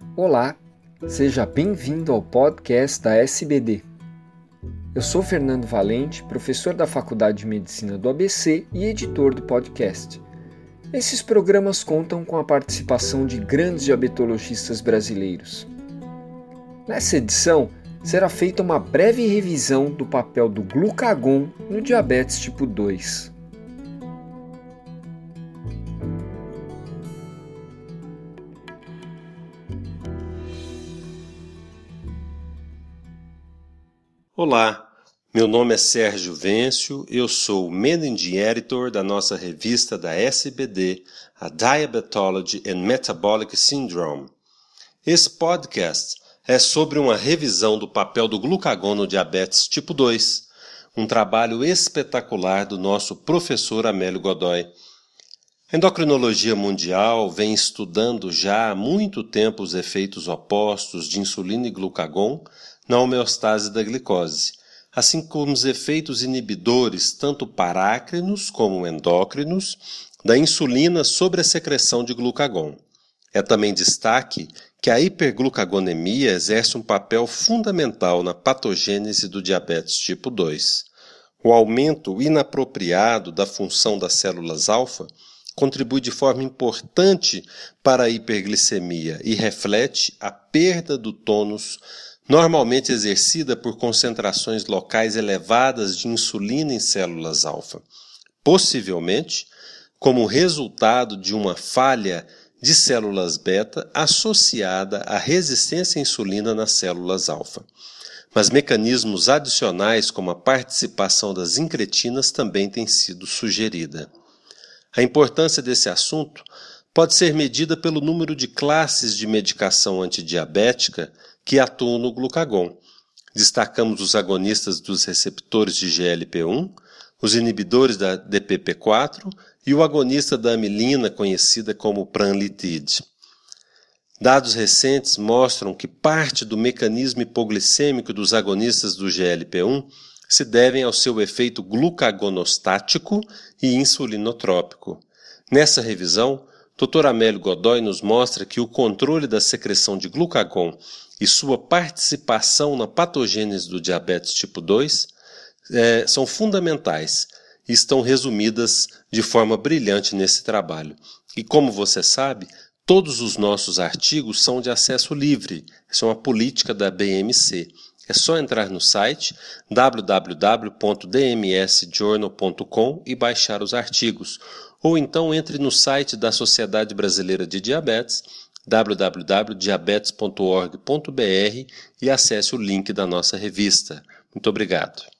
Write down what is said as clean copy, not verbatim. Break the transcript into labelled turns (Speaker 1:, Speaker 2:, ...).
Speaker 1: Olá, seja bem-vindo ao podcast da SBD. Eu sou Fernando Valente, professor da Faculdade de Medicina do ABC e editor do podcast. Esses programas contam com a participação de grandes diabetologistas brasileiros. Nessa edição, será feita uma breve revisão do papel do glucagon no diabetes tipo 2.
Speaker 2: Olá, meu nome é Sérgio Vencio, eu sou o Managing Editor da nossa revista da SBD, a Diabetology and Metabolic Syndrome. Esse podcast é sobre uma revisão do papel do glucagon no diabetes tipo 2, um trabalho espetacular do nosso professor Amélio Godoy. A endocrinologia mundial vem estudando já há muito tempo os efeitos opostos de insulina e glucagon na homeostase da glicose, assim como os efeitos inibidores, tanto parácrinos como endócrinos, da insulina sobre a secreção de glucagon. É também destaque que a hiperglucagonemia exerce um papel fundamental na patogênese do diabetes tipo 2. O aumento inapropriado da função das células alfa contribui de forma importante para a hiperglicemia e reflete a perda do tônus normalmente exercida por concentrações locais elevadas de insulina em células alfa, possivelmente como resultado de uma falha de células beta associada à resistência à insulina nas células alfa. Mas mecanismos adicionais como a participação das incretinas também têm sido sugerida. A importância desse assunto pode ser medida pelo número de classes de medicação antidiabética que atuam no glucagon. Destacamos os agonistas dos receptores de GLP-1, os inibidores da DPP-4 e o agonista da amilina, conhecida como pranlitide. Dados recentes mostram que parte do mecanismo hipoglicêmico dos agonistas do GLP-1 se devem ao seu efeito glucagonostático e insulinotrópico. Nessa revisão, Dr. Amélio Godoy nos mostra que o controle da secreção de glucagon e sua participação na patogênese do diabetes tipo 2 são fundamentais e estão resumidas de forma brilhante nesse trabalho. E como você sabe, todos os nossos artigos são de acesso livre, isso é uma política da BMC. É só entrar no site www.dmsjournal.com e baixar os artigos. Ou então entre no site da Sociedade Brasileira de Diabetes, www.diabetes.org.br e acesse o link da nossa revista. Muito obrigado.